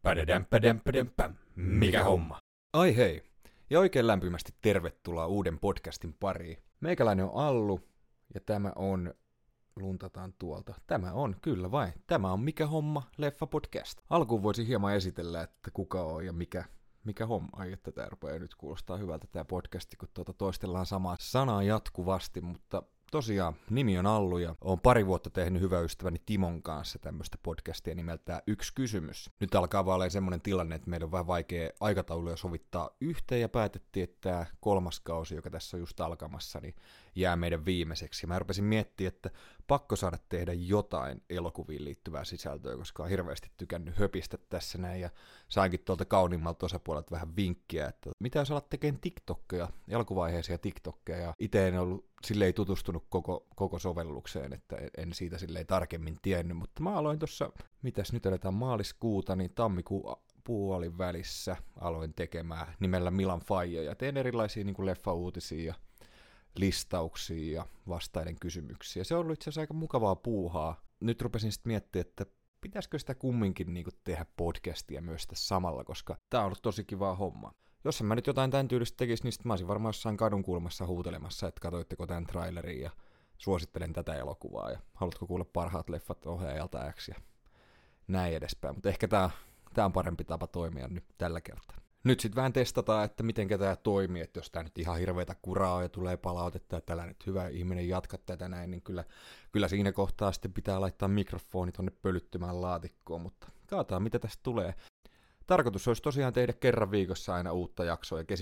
Padadämpädämpädämpä. Mikä homma? Ai hei, ja oikein lämpimästi tervetuloa uuden podcastin pariin. Meikäläinen on Allu, ja tämä on, luntataan tuolta, tämä on Mikä homma, leffa podcast. Alkuun voisin hieman esitellä, että kuka on ja mikä homma. Ai, että tää rupeaa nyt kuulostaa hyvältä tää podcasti, kun toistellaan samaa sanaa jatkuvasti, mutta tosiaan, nimi on Allu ja olen pari vuotta tehnyt hyvä ystäväni Timon kanssa tämmöistä podcastia nimeltään Yksi kysymys. Nyt alkaa vaan olla semmoinen tilanne, että meidän on vähän vaikea aikatauluja sovittaa yhteen ja päätettiin, että tämä 3. kausi, joka tässä on just alkamassa, niin jää meidän viimeiseksi. Mä rupesin miettimään, että pakko saada tehdä jotain elokuviin liittyvää sisältöä, koska olen hirveästi tykännyt höpistä tässä näin ja sainkin tuolta kauniimmalta osapuolelta vähän vinkkiä, että mitä jos alat tekemään TikTokkeja, elokuvaiheisia TikTokkeja ja itse en ollut silleen tutustunut koko sovellukseen, että en siitä silleen tarkemmin tiennyt, mutta mä aloin tuossa, mitäs nyt eletään maaliskuuta, niin tammikuun puolin välissä aloin tekemään nimellä Milan Faija ja teen erilaisia niin kuin leffa-uutisia ja listauksia ja vastailen kysymyksiä. Se on ollut itse asiassa aika mukavaa puuhaa. Nyt rupesin sitten miettimään, että pitäisikö sitä kumminkin niin kuin tehdä podcastia myös tässä samalla, koska tää on ollut tosi kivaa homma. Jos mä nyt jotain tämän tyylistä tekisi, niin mä olisin varmaan jossain kadun kulmassa huutelemassa, että katsoitteko tämän trailerin ja suosittelen tätä elokuvaa ja haluatko kuulla parhaat leffat ohjaajalta X ja näin edespäin. Mutta ehkä tää on parempi tapa toimia nyt tällä kertaa. Nyt sitten vähän testataan, että miten tämä toimii, että jos tää nyt ihan hirveätä kuraa ja tulee palautetta, että tällä nyt hyvä ihminen jatka tätä näin, niin kyllä siinä kohtaa sitten pitää laittaa mikrofoni tonne pölyttymään laatikkoon, mutta katsotaan mitä tästä tulee. Tarkoitus olisi tosiaan tehdä kerran viikossa aina uutta jaksoa ja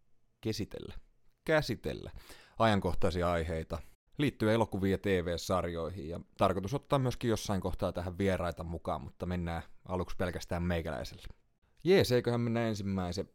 käsitellä ajankohtaisia aiheita liittyen elokuviin ja TV-sarjoihin. Ja tarkoitus ottaa myöskin jossain kohtaa tähän vieraita mukaan, mutta mennään aluksi pelkästään meikäläiselle. Jees, eiköhän mennä ensimmäisen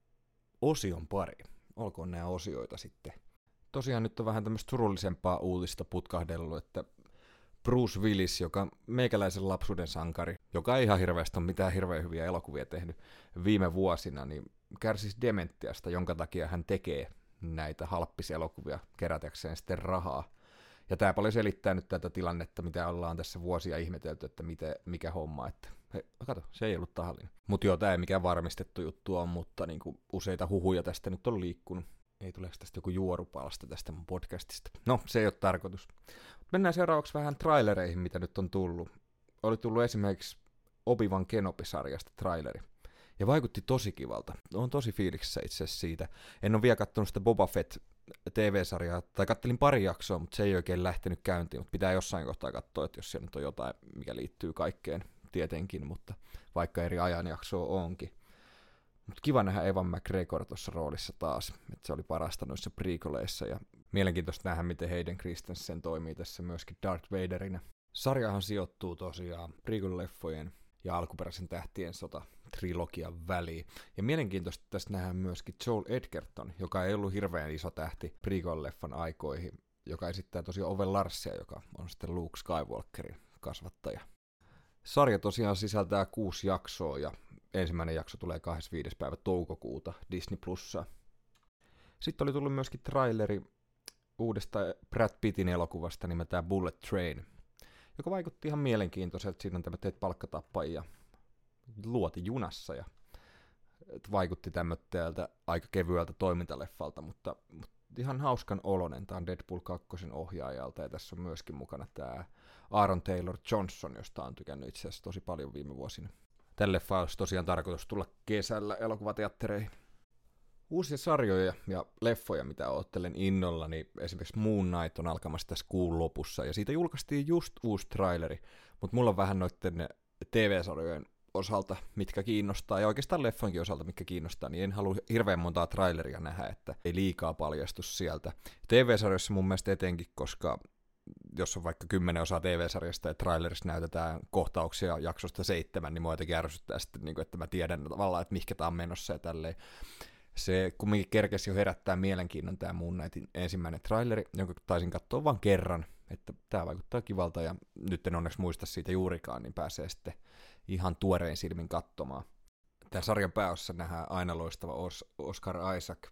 osion pariin. Olkoon nämä osioita sitten. Tosiaan nyt on vähän tämmöistä surullisempaa uutista putkahdellut, että Bruce Willis, joka meikäläisen lapsuuden sankari, joka ei ihan hirveästi ole mitään hirveän hyviä elokuvia tehnyt viime vuosina, niin kärsisi dementiasta, jonka takia hän tekee näitä halppiselokuvia kerätäkseen sitten rahaa. Ja tämä paljon selittää nyt tätä tilannetta, mitä ollaan tässä vuosia ihmetelty, että mikä homma, että kato, se ei ollut tahallinen. Mutta joo, tämä ei mikään varmistettu juttu on, mutta niinku useita huhuja tästä nyt on liikkunut. Ei tuleeko tästä joku juorupalsta tästä mun podcastista? No, se ei ole tarkoitus. Mennään seuraavaksi vähän trailereihin, mitä nyt on tullut. Oli tullut esimerkiksi Obi-Wan Kenobi-sarjasta traileri. Ja vaikutti tosi kivalta. Olen tosi fiiliksissä itse asiassa siitä. En ole vielä katsonut sitä Boba Fett TV-sarjaa, tai kattelin pari jaksoa, mutta se ei oikein lähtenyt käyntiin. Mutta pitää jossain kohtaa katsoa, että jos siellä nyt on jotain, mikä liittyy kaikkeen tietenkin, mutta vaikka eri ajanjaksoa onkin. Mutta kiva nähdä Evan McGregor tuossa roolissa taas, että se oli parasta noissa prequeleissa ja mielenkiintoista nähdä, miten Hayden Christensen toimii tässä myöskin Darth Vaderinä. Sarjahan sijoittuu tosiaan prequel-leffojen ja alkuperäisen Tähtien sota-trilogian väliin. Ja mielenkiintoista tässä nähdään myöskin Joel Edgerton, joka ei ollut hirveän iso tähti prequel-leffan aikoihin, joka esittää tosiaan Ove Larsia, joka on sitten Luke Skywalkerin kasvattaja. Sarja tosiaan sisältää 6 jaksoa ja ensimmäinen jakso tulee 25. päivä toukokuuta Disney Plussa. Sitten oli tullut myöskin traileri uudesta Brad Pittin elokuvasta nimeltään Bullet Train, joka vaikutti ihan mielenkiintoiselta. Siinä on tämmöiset palkkatappajia luoti junassa ja vaikutti tämmöiltä aika kevyeltä toimintaleffalta, mutta ihan hauskan oloinen. Tämä on Deadpool 2 ohjaajalta ja tässä on myöskin mukana tämä Aaron Taylor Johnson, josta on tykännyt itse asiassa tosi paljon viime vuosina. Tälle leffa olisi tosiaan tarkoitus tulla kesällä elokuvateattereihin. Uusia sarjoja ja leffoja, mitä odottelen innolla, niin esimerkiksi Moon Knight on alkamassa tässä kuun lopussa, ja siitä julkaistiin just uusi traileri, mutta mulla on vähän noitten TV-sarjojen osalta, mitkä kiinnostaa, ja oikeastaan leffankin osalta, mitkä kiinnostaa, niin en halua hirveän montaa traileria nähdä, että ei liikaa paljastu sieltä. TV-sarjoissa mun mielestä etenkin, koska jos on vaikka 10 osaa TV-sarjasta ja trailerissa näytetään kohtauksia jaksosta 7, niin mua jotenkin ärsyttää sitten, että mä tiedän tavallaan, että mihinkä tää on menossa ja tälleen. Se kumminkin kerkesi jo herättää mielenkiinnon tämä Moon Knightin ensimmäinen traileri, jonka taisin katsoa vain kerran, että tämä vaikuttaa kivalta ja nyt en onneksi muista siitä juurikaan, niin pääsee sitten ihan tuorein silmin katsomaan. Tämän sarjan pääosassa nähdään aina loistava Oscar Isaac,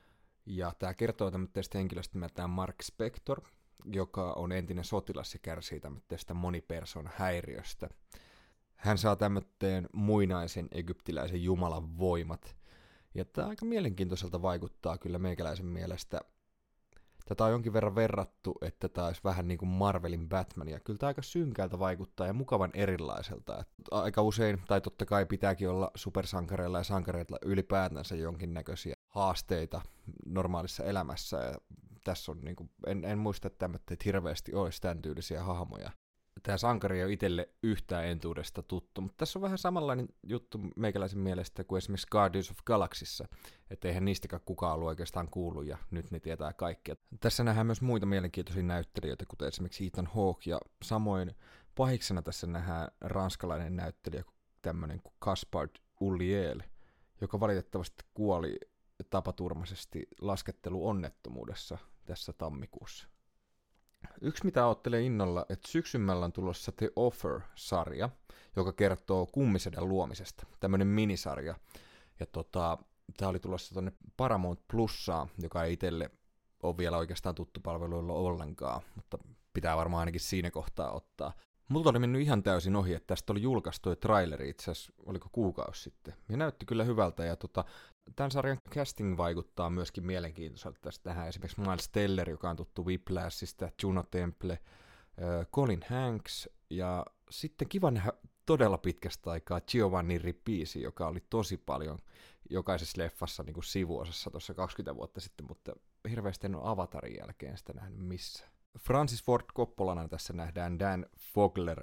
ja tämä kertoo tämmöistä henkilöstä nimeltään Mark Spector, joka on entinen sotilas ja kärsii tämmöistä moniperson häiriöstä. Hän saa tämmöteen muinaisen egyptiläisen jumalan voimat. Ja tämä aika mielenkiintoiselta vaikuttaa kyllä meikäläisen mielestä. Tätä on jonkin verran verrattu, että tämä olisi vähän niin kuin Marvelin Batman, ja kyllä tämä aika synkältä vaikuttaa ja mukavan erilaiselta. Että aika usein, tai totta kai pitääkin olla supersankareilla ja sankareilla ylipäätänsä jonkinnäköisiä haasteita normaalissa elämässä, ja tässä on niin kuin, en muista, että tämmöitä hirveästi olisi tämän tyylisiä hahmoja. Tämä sankari ei ole itselle yhtään entuudesta tuttu, mutta tässä on vähän samanlainen juttu meikäläisen mielestä kuin esimerkiksi Guardians of Galaxyssa, että eihän niistäkään kukaan ollut oikeastaan kuullut ja nyt ne tietää kaikkea. Tässä nähdään myös muita mielenkiintoisia näyttelijöitä, kuten esimerkiksi Ethan Hawke, ja samoin pahiksena tässä nähdään ranskalainen näyttelijä, tämmöinen kuin Gaspard Ulliel, joka valitettavasti kuoli tapaturmaisesti lasketteluonnettomuudessa tässä tammikuussa. Yksi mitä ajattelee innolla, että syksymällä on tulossa The Offer-sarja, joka kertoo kummisedän luomisesta. Tämmönen minisarja. Ja tää oli tulossa tonne Paramount Plussaan, joka ei itselle ole vielä oikeastaan tuttu palveluilla ollenkaan, mutta pitää varmaan ainakin siinä kohtaa ottaa. Multa oli mennyt ihan täysin ohi, että tästä oli julkaistu traileri itse asiassa, oliko kuukausi sitten. Ja näytti kyllä hyvältä, ja tämän sarjan casting vaikuttaa myöskin mielenkiintoiselta. Tästä nähdään esimerkiksi Miles Teller, joka on tuttu Whiplashista, Juno Temple, Colin Hanks, ja sitten kiva nähdä todella pitkästä aikaa Giovanni Ribisi, joka oli tosi paljon jokaisessa leffassa niin kuin sivuosassa tuossa 20 vuotta sitten, mutta hirveästi en ole Avatarin jälkeen sitä nähnyt missään. Francis Ford Coppolana tässä nähdään Dan Fogler,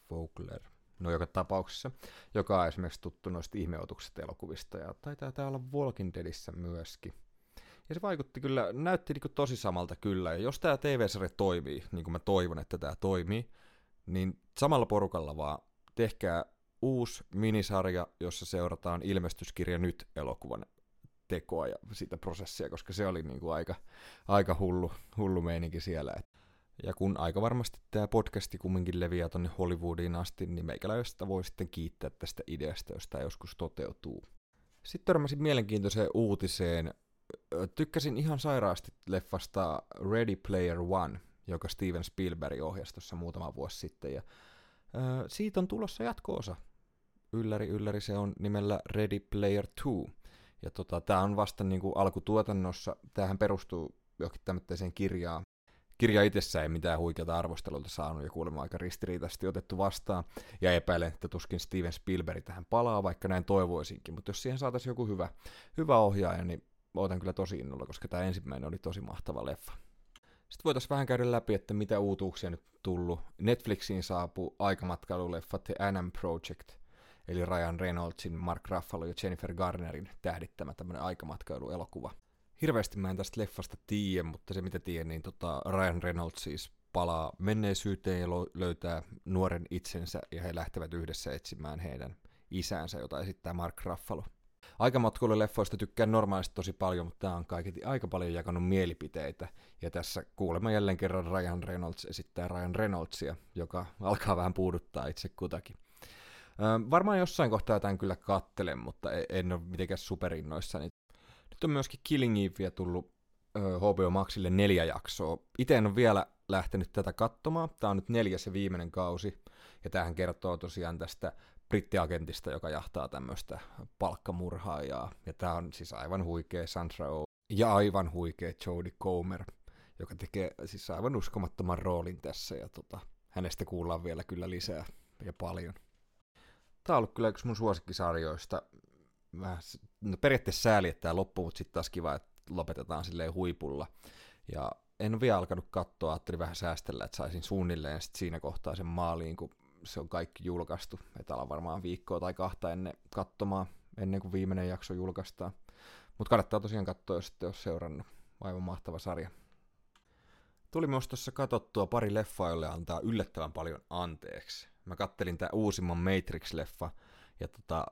no joka tapauksessa, joka on esimerkiksi tuttu noista ihmeotuksista elokuvista, ja taitaa tää olla Walking Deadissä myöskin. Ja se vaikutti kyllä, näytti niin tosi samalta kyllä, ja jos tää TV-sarja toimii, niin kuin mä toivon, että tää toimii, niin samalla porukalla vaan tehkää uusi minisarja, jossa seurataan Ilmestyskirja nyt -elokuvan tekoa ja sitä prosessia, koska se oli niin kuin aika hullu meininki siellä. Ja kun aika varmasti tämä podcasti kumminkin leviää tonne Hollywoodiin asti, niin meikäläistä voi sitten kiittää tästä ideasta, jos tämä joskus toteutuu. Sitten törmäsin mielenkiintoiseen uutiseen. Tykkäsin ihan sairaasti leffasta Ready Player One, joka Steven Spielberg ohjasi tuossa muutama vuosi sitten. Ja siitä on tulossa jatko-osa. Ylläri, se on nimellä Ready Player 2. Ja tämä on vasta niinku alkutuotannossa. Tämähän perustuu johonkin tämmöiseen kirjaan. Kirja itsessään ei mitään huikeata arvostelulta saanut ja kuulemma aika ristiriitaisesti otettu vastaan. Ja epäilen, että tuskin Steven Spielberg tähän palaa, vaikka näin toivoisinkin. Mutta jos siihen saataisiin joku hyvä ohjaaja, niin odotan kyllä tosi innolla, koska tämä ensimmäinen oli tosi mahtava leffa. Sitten voitaisiin vähän käydä läpi, että mitä uutuuksia nyt tullut. Netflixiin saapuu aikamatkailu-leffa The Annam Project, eli Ryan Reynoldsin, Mark Ruffalo ja Jennifer Garnerin tähdittämä tämmöinen aikamatkailuelokuva. Hirveästi mä en tästä leffasta tiedä, mutta se mitä tiedän, niin Ryan Reynolds siis palaa menneisyyteen ja löytää nuoren itsensä, ja he lähtevät yhdessä etsimään heidän isänsä, jota esittää Mark Ruffalo. Aikamatkailu-leffoista tykkään normaalisti tosi paljon, mutta tämä on kaiketi aika paljon jakanut mielipiteitä, ja tässä kuulemma jälleen kerran Ryan Reynolds esittää Ryan Reynoldsia, joka alkaa vähän puuduttaa itse kutakin. Varmaan jossain kohtaa tämän kyllä kattelen, mutta en ole mitenkään superinnoissani. Nyt on myöskin Killing Evea tullut HBO Maxille 4 jaksoa. Itse en ole vielä lähtenyt tätä katsomaan. Tämä on nyt 4. ja viimeinen kausi. Ja tämähän kertoo tosiaan tästä brittiagentista, joka jahtaa tämmöistä palkkamurhaajaa. Ja tämä on siis aivan huikea Sandra Oh ja aivan huikea Jodie Comer, joka tekee siis aivan uskomattoman roolin tässä. Ja hänestä kuullaan vielä kyllä lisää ja paljon. Tämä on ollut kyllä yksi mun suosikkisarjoista. Periaatteessa sääli, että tämä loppuu, mutta sitten taas kiva, että lopetetaan silleen huipulla. Ja en ole vielä alkanut katsoa, ajattelin vähän säästellä, että saisin suunnilleen sit siinä kohtaa sen maaliin, kun se on kaikki julkaistu. Että on varmaan viikkoa tai 2 ennen katsomaan, ennen kuin viimeinen jakso julkaistaan. Mutta kannattaa tosiaan katsoa, jos ette ole seurannut. Aivan mahtava sarja. Tuli myös tuossa katsottua pari leffaa, jolle antaa yllättävän paljon anteeksi. Mä kattelin tää uusimman Matrix-leffa, ja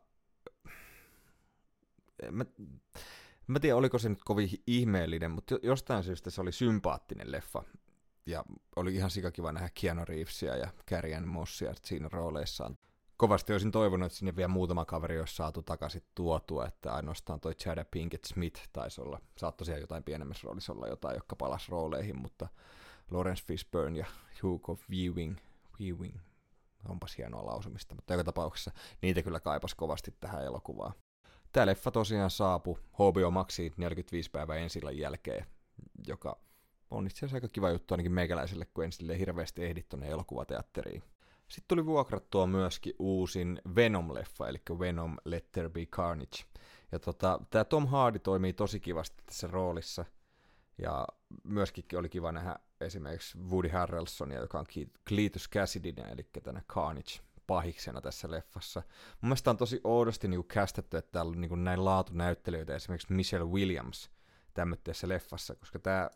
mä tiedän, oliko se nyt kovin ihmeellinen, mutta jostain syystä se oli sympaattinen leffa. Ja oli ihan sikakiva nähdä Keanu Reevesia ja Carrie-Anne Mossia siinä rooleissaan. Kovasti olisin toivonut, että sinne vielä muutama kaveri olisi saatu takaisin tuotua, että ainoastaan toi Jada Pinkett Smith taisi olla. Saattoi siellä jotain pienemmässä roolissa olla jotain, jotka palasi rooleihin, mutta Lawrence Fishburne ja Hugo Weaving, Onpas hienoa lausumista, mutta joka tapauksessa niitä kyllä kaipas kovasti tähän elokuvaan. Tämä leffa tosiaan saapui HBO Maxiin 45 päivää ensillan jälkeen, joka on itse asiassa aika kiva juttu ainakin meikäläiselle, kun en silleen hirveästi ehdi tuonne elokuvateatteriin. Sitten tuli vuokrattua myöskin uusin Venom-leffa, eli Venom Let There Be Carnage. Ja tämä Tom Hardy toimii tosi kivasti tässä roolissa, ja myöskin oli kiva nähdä esimerkiksi Woody Harrelsonia, joka on Cletus Kassadin, eli tänä Carnage-pahiksena tässä leffassa. Mun mielestä on tosi oudosti niinku castettu, että täällä on niinku näin laatunäyttelijöitä, esimerkiksi Michelle Williams tämmöisessä leffassa, koska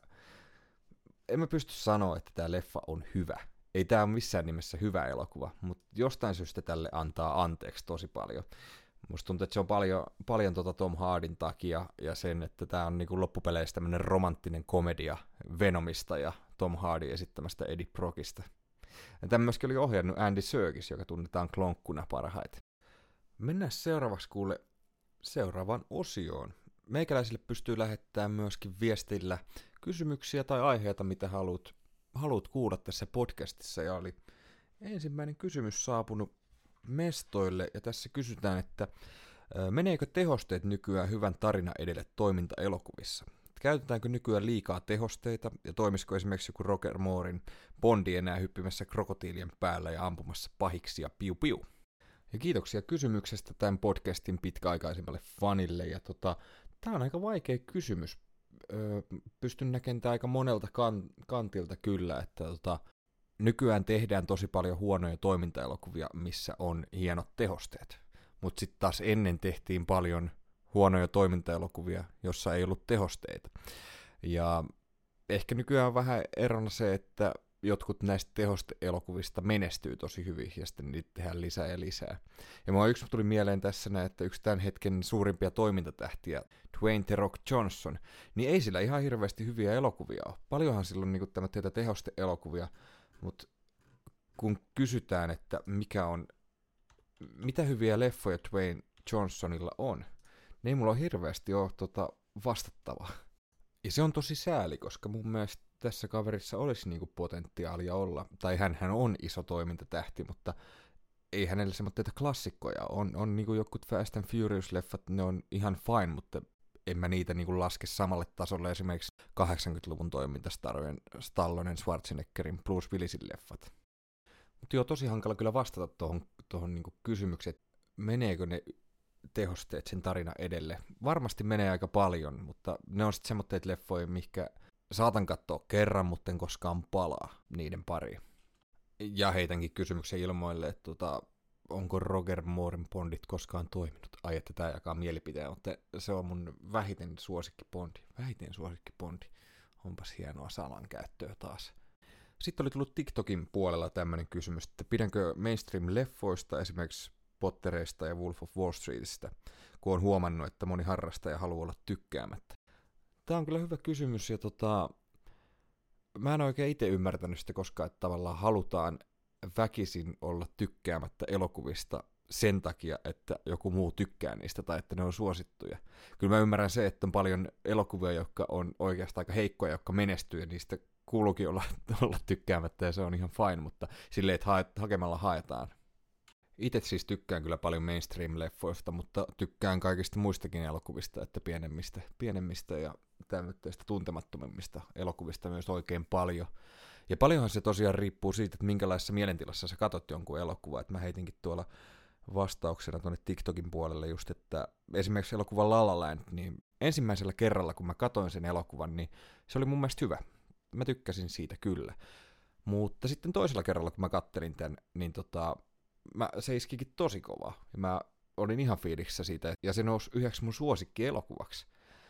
en mä pysty sanoa, että tämä leffa on hyvä. Ei tämä ole missään nimessä hyvä elokuva, mutta jostain syystä tälle antaa anteeksi tosi paljon. Musta tuntuu, että se on paljon Tom Hardin takia ja sen, että tämä on niinku loppupeleissä tämmöinen romanttinen komedia Venomista ja Tom Hardin esittämästä Eddie Brockista. Ja tämä myöskin oli ohjannut Andy Serkis, joka tunnetaan klonkkuna parhaiten. Mennään seuraavaksi seuraavaan osioon. Meikäläisille pystyy lähettämään myöskin viestillä kysymyksiä tai aiheita, mitä haluat kuulla tässä podcastissa. Ja oli ensimmäinen kysymys saapunut mestoille, ja tässä kysytään, että meneekö tehosteet nykyään hyvän tarina edelle toimintaelokuvissa? Käytetäänkö nykyään liikaa tehosteita, ja toimisiko esimerkiksi joku Roger Mooren Bondi enää hyppimässä krokotiilien päällä ja ampumassa pahiksia piu piu? Ja kiitoksia kysymyksestä tämän podcastin pitkäaikaisimmalle fanille, ja tämä on aika vaikea kysymys. Pystyn näkemään tämä aika monelta kantilta kyllä, että nykyään tehdään tosi paljon huonoja toimintaelokuvia, missä on hienot tehosteet. Mutta sitten taas ennen tehtiin paljon huonoja toimintaelokuvia, jossa ei ollut tehosteita. Ja ehkä nykyään on vähän erona se, että jotkut näistä tehosteelokuvista menestyy tosi hyvin, ja sitten niitä tehdään lisää ja lisää. Ja yksi tuli mieleen tässä, että yksi tämän hetken suurimpia toimintatähtiä, Dwayne The Rock Johnson, niin ei sillä ihan hirveästi hyviä elokuvia ole. Paljonhan silloin niin tämmöitä tehosteelokuvia, mutta kun kysytään, että mitä hyviä leffoja Dwayne Johnsonilla on, niin ei mulla ole hirveästi ole vastattavaa. Ja se on tosi sääli, koska mun mielestä tässä kaverissa olisi niinku potentiaalia olla, tai hän on iso toimintatähti, mutta ei hänellä semmoitteita klassikkoja. On niinku jotkut Fast and Furious-leffat, ne on ihan fine, mutta en mä niitä niinku laske samalle tasolle esimerkiksi 80-luvun toimintastarojen Stallonen, Schwarzeneggerin, Bruce Willisin leffat. Mutta joo, tosi hankala kyllä vastata tuohon niinku kysymykseen, että meneekö ne tehosteet sen tarina edelle. Varmasti menee aika paljon, mutta ne on sitten semmoitteet leffoja, mihinkä saatan katsoa kerran, mutta en koskaan palaa niiden pariin. Ja heitänkin kysymyksen ilmoille, että onko Roger Mooren Bondit koskaan toiminut? Ai, että tämä jakaa mielipiteen, mutta se on mun vähiten suosikki Bondi. Onpas hienoa sanankäyttöä taas. Sitten oli tullut TikTokin puolella tämmöinen kysymys, että pidänkö mainstream-leffoista, esimerkiksi Pottereista ja Wolf of Wall Streetistä, kun on huomannut, että moni harrastaja haluaa olla tykkäämättä. Tämä on kyllä hyvä kysymys, ja mä en oikein itse ymmärtänyt sitä koskaan, että tavallaan halutaan väkisin olla tykkäämättä elokuvista sen takia, että joku muu tykkää niistä tai että ne on suosittuja. Kyllä mä ymmärrän se, että on paljon elokuvia, jotka on oikeastaan aika heikkoja, jotka menestyy, ja niistä kuuluukin olla tykkäämättä, ja se on ihan fine, mutta silleen, että hakemalla haetaan. Itse siis tykkään kyllä paljon mainstream-leffoista, mutta tykkään kaikista muistakin elokuvista, että pienemmistä ja tämmöistä tuntemattomimmista elokuvista myös oikein paljon. Ja paljonhan se tosiaan riippuu siitä, että minkälaisessa mielentilassa sä katot jonkun elokuvan. Että mä heitinkin tuolla vastauksena tuonne TikTokin puolelle just, että esimerkiksi elokuva La La Land, niin ensimmäisellä kerralla, kun mä katoin sen elokuvan, niin se oli mun mielestä hyvä. Mä tykkäsin siitä kyllä. Mutta sitten toisella kerralla, kun mä kattelin tämän, niin se iskikin tosi kovaa. Ja mä olin ihan fiiliksissä siitä, ja se nousi yhdeksi mun suosikkielokuvaksi.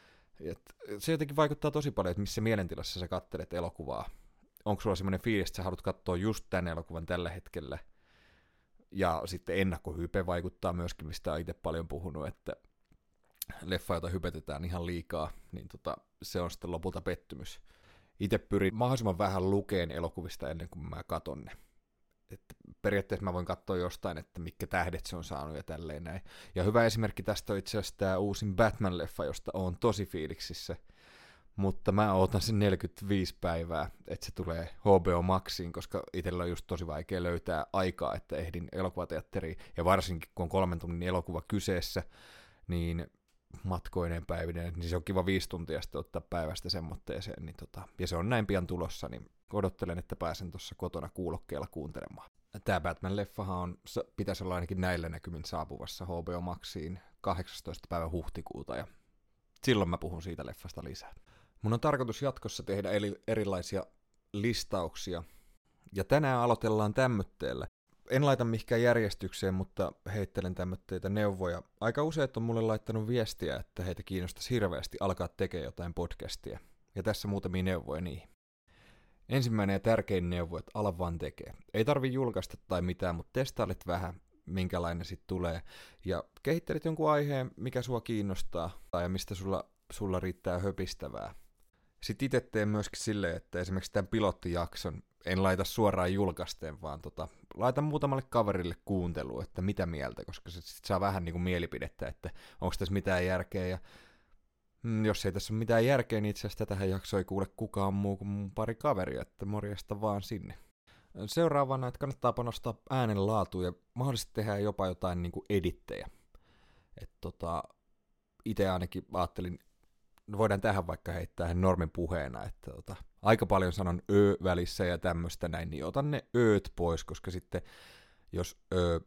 Se jotenkin vaikuttaa tosi paljon, että missä mielentilassa sä kattelet elokuvaa. Onko sulla semmoinen fiilis, että sä haluat katsoa just tämän elokuvan tällä hetkellä. Ja sitten ennakkohype vaikuttaa myöskin, mistä olen itse paljon puhunut, että leffa, jota hypetetään ihan liikaa, niin se on sitten lopulta pettymys. Itse pyrin mahdollisimman vähän lukeen elokuvista ennen kuin mä katon ne. Että periaatteessa mä voin katsoa jostain, että mitkä tähdet se on saanut ja tälleen näin. Ja hyvä esimerkki tästä on itse asiassa tämä uusin Batman-leffa, josta on tosi fiiliksissä. Mutta mä ootan sen 45 päivää, että se tulee HBO Maxiin, koska itsellä on just tosi vaikea löytää aikaa, että ehdin elokuvateatteriin. Ja varsinkin, kun on 3 tunnin elokuva kyseessä, niin matkoineen päivineen, niin se on kiva 5 tuntia sitten ottaa päivästä semmoitteeseen. Niin ja se on näin pian tulossa, niin odottelen, että pääsen tuossa kotona kuulokkeella kuuntelemaan. Tämä Batman-leffahan pitäisi olla ainakin näillä näkymin saapuvassa HBO Maxiin 18. päivä huhtikuuta, ja silloin mä puhun siitä leffasta lisää. Mun on tarkoitus jatkossa tehdä erilaisia listauksia, ja tänään aloitellaan tämmötteellä. En laita mihinkään järjestykseen, mutta heittelen tämmötteitä neuvoja. Aika useat on mulle laittanut viestiä, että heitä kiinnostaisi hirveästi alkaa tekemään jotain podcastia, ja tässä muutamia neuvoja niihin. Ensimmäinen ja tärkein neuvo, että ala vaan tekee. Ei tarvi julkaista tai mitään, mutta testailet vähän, minkälainen sit tulee, ja kehittelet jonkun aiheen, mikä sua kiinnostaa, ja mistä sulla riittää höpistävää. Sitten itse teen myöskin silleen, että esimerkiksi tämän pilottijakson en laita suoraan julkaisteen, vaan laitan muutamalle kaverille kuuntelua, että mitä mieltä, koska se sit saa vähän niinku mielipidettä, että onko tässä mitään järkeä, ja jos ei tässä ole mitään järkeä, niin itse asiassa tätähän jaksoa ei kuule kukaan muu kuin mun pari kaveria, että morjesta vaan sinne. Seuraavana, että kannattaa panostaa äänen laatuun ja mahdollisesti tehdä jopa jotain niinku edittejä. Itse ainakin ajattelin, voidaan tähän vaikka heittää normin puheena, että aika paljon sanon välissä ja tämmöistä näin, niin otan ne ööt pois, koska sitten jos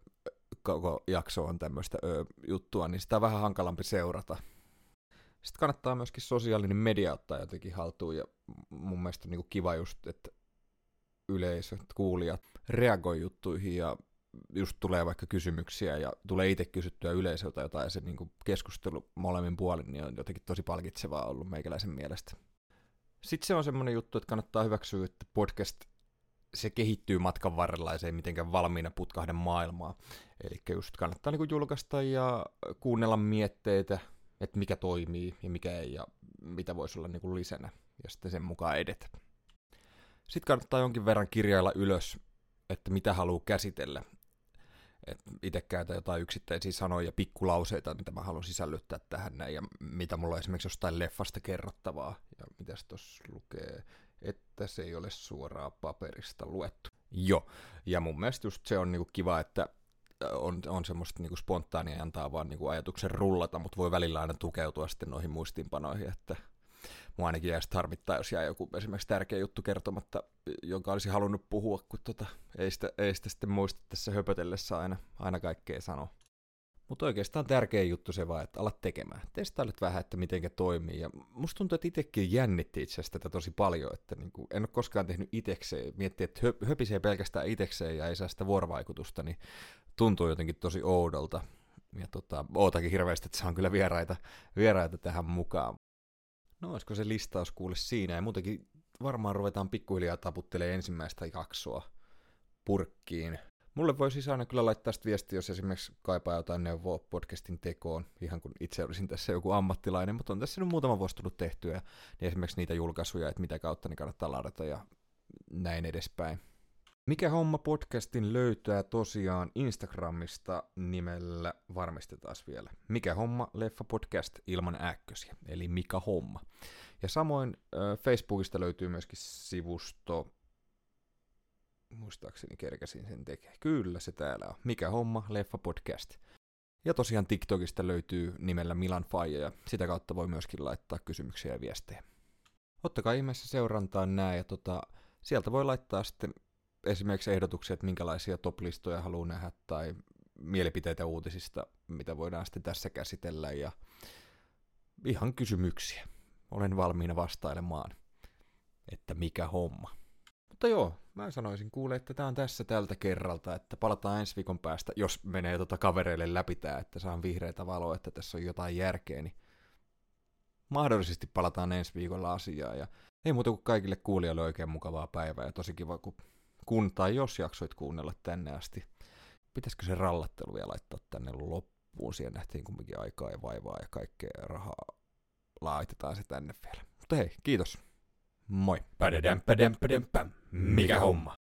koko jakso on tämmöistä juttua, niin sitä on vähän hankalampi seurata. Sitten kannattaa myöskin sosiaalinen media ottaa jotenkin haltuun, ja mun mielestä on niinku kiva just, että yleisö, kuulijat reagoi juttuihin, ja just tulee vaikka kysymyksiä, ja tulee itse kysyttyä yleisöltä jotain, ja se niinku keskustelu molemmin puolin niin on jotenkin tosi palkitsevaa ollut meikäläisen mielestä. Sitten se on semmoinen juttu, että kannattaa hyväksyä, että podcast, se kehittyy matkan varrella, ja se ei mitenkään valmiina putkahda maailmaa. Eli just kannattaa niinku julkaista ja kuunnella mietteitä, että mikä toimii ja mikä ei, ja mitä voisi olla niinku lisänä, ja sitten sen mukaan edetä. Sitten kannattaa jonkin verran kirjailla ylös, että mitä haluaa käsitellä. Itse käytän jotain yksittäisiä sanoja ja pikkulauseita, mitä mä haluan sisällyttää tähän näin, ja mitä mulla on esimerkiksi jostain leffasta kerrottavaa. Ja mitäs tuossa lukee, että se ei ole suoraan paperista luettu. Joo, ja mun mielestä just se on niinku kiva, että on semmoista niinku spontaania ja antaa vaan niinku ajatuksen rullata, mutta voi välillä aina tukeutua sitten noihin muistiinpanoihin, että mua ainakin jäisi harmittaa, jos jää joku esimerkiksi tärkeä juttu kertomatta, jonka olisi halunnut puhua, kun ei sitä sitten muista tässä höpötellessä aina kaikkea sanoa. Mutta oikeastaan tärkeä juttu se vaan, että alat tekemään. Testailet vähän, että mitenkä toimii. Ja musta tuntuu, että itsekin jännitti itse asiassa tätä tosi paljon, että niinku, en ole koskaan tehnyt itekseen. Miettii, että höpisee pelkästään itekseen ja ei saa sitä vuorovaikutusta, niin tuntuu jotenkin tosi oudolta. Ja ootakin hirveästi, että saan kyllä vieraita tähän mukaan. No olisiko se listaus kuule siinä, ja muutenkin varmaan ruvetaan pikkuhiljaa taputtelemaan ensimmäistä jaksoa purkkiin. Mulle voi siis aina kyllä laittaa sitä viestiä, jos esimerkiksi kaipaa jotain neuvoa podcastin tekoon, ihan kun itse olisin tässä joku ammattilainen, mutta on tässä nyt muutama vuosi tullut tehtyä, niin esimerkiksi niitä julkaisuja, että mitä kautta niin kannattaa ladata ja näin edespäin. Mikä homma podcastin löytää tosiaan Instagramista nimellä, varmistetaan vielä, Mikä homma leffa podcast ilman ääkkösiä, eli Mikä homma. Ja samoin Facebookista löytyy myöskin sivusto, muistaakseni kerkäsin sen tekemään, kyllä se täällä on, Mikä homma leffa podcast. Ja tosiaan TikTokista löytyy nimellä Milan Faija, ja sitä kautta voi myöskin laittaa kysymyksiä ja viestejä. Ottakaa ihmeessä seurantaan nää, ja sieltä voi laittaa sitten esimerkiksi ehdotuksia, että minkälaisia top-listoja haluaa nähdä, tai mielipiteitä uutisista, mitä voidaan sitten tässä käsitellä, ja ihan kysymyksiä. Olen valmiina vastailemaan, että mikä homma. Mutta joo, mä sanoisin kuule, että tää on tässä tältä kerralta, että palataan ensi viikon päästä, jos menee kavereille läpi tää, että saan vihreätä valoa, että tässä on jotain järkeä, niin mahdollisesti palataan ensi viikolla asiaan, ja ei muuta kuin kaikille kuulijoille oikein mukavaa päivää, ja tosi kiva, kun tai jos jaksoit kuunnella tänne asti. Pitäisikö se rallattelu vielä laittaa tänne loppuun? Siihen nähtiin kumminkin aikaa ja vaivaa ja kaikkea rahaa. Laitetaan se tänne vielä. Mutta hei, kiitos. Moi. Mikä homma?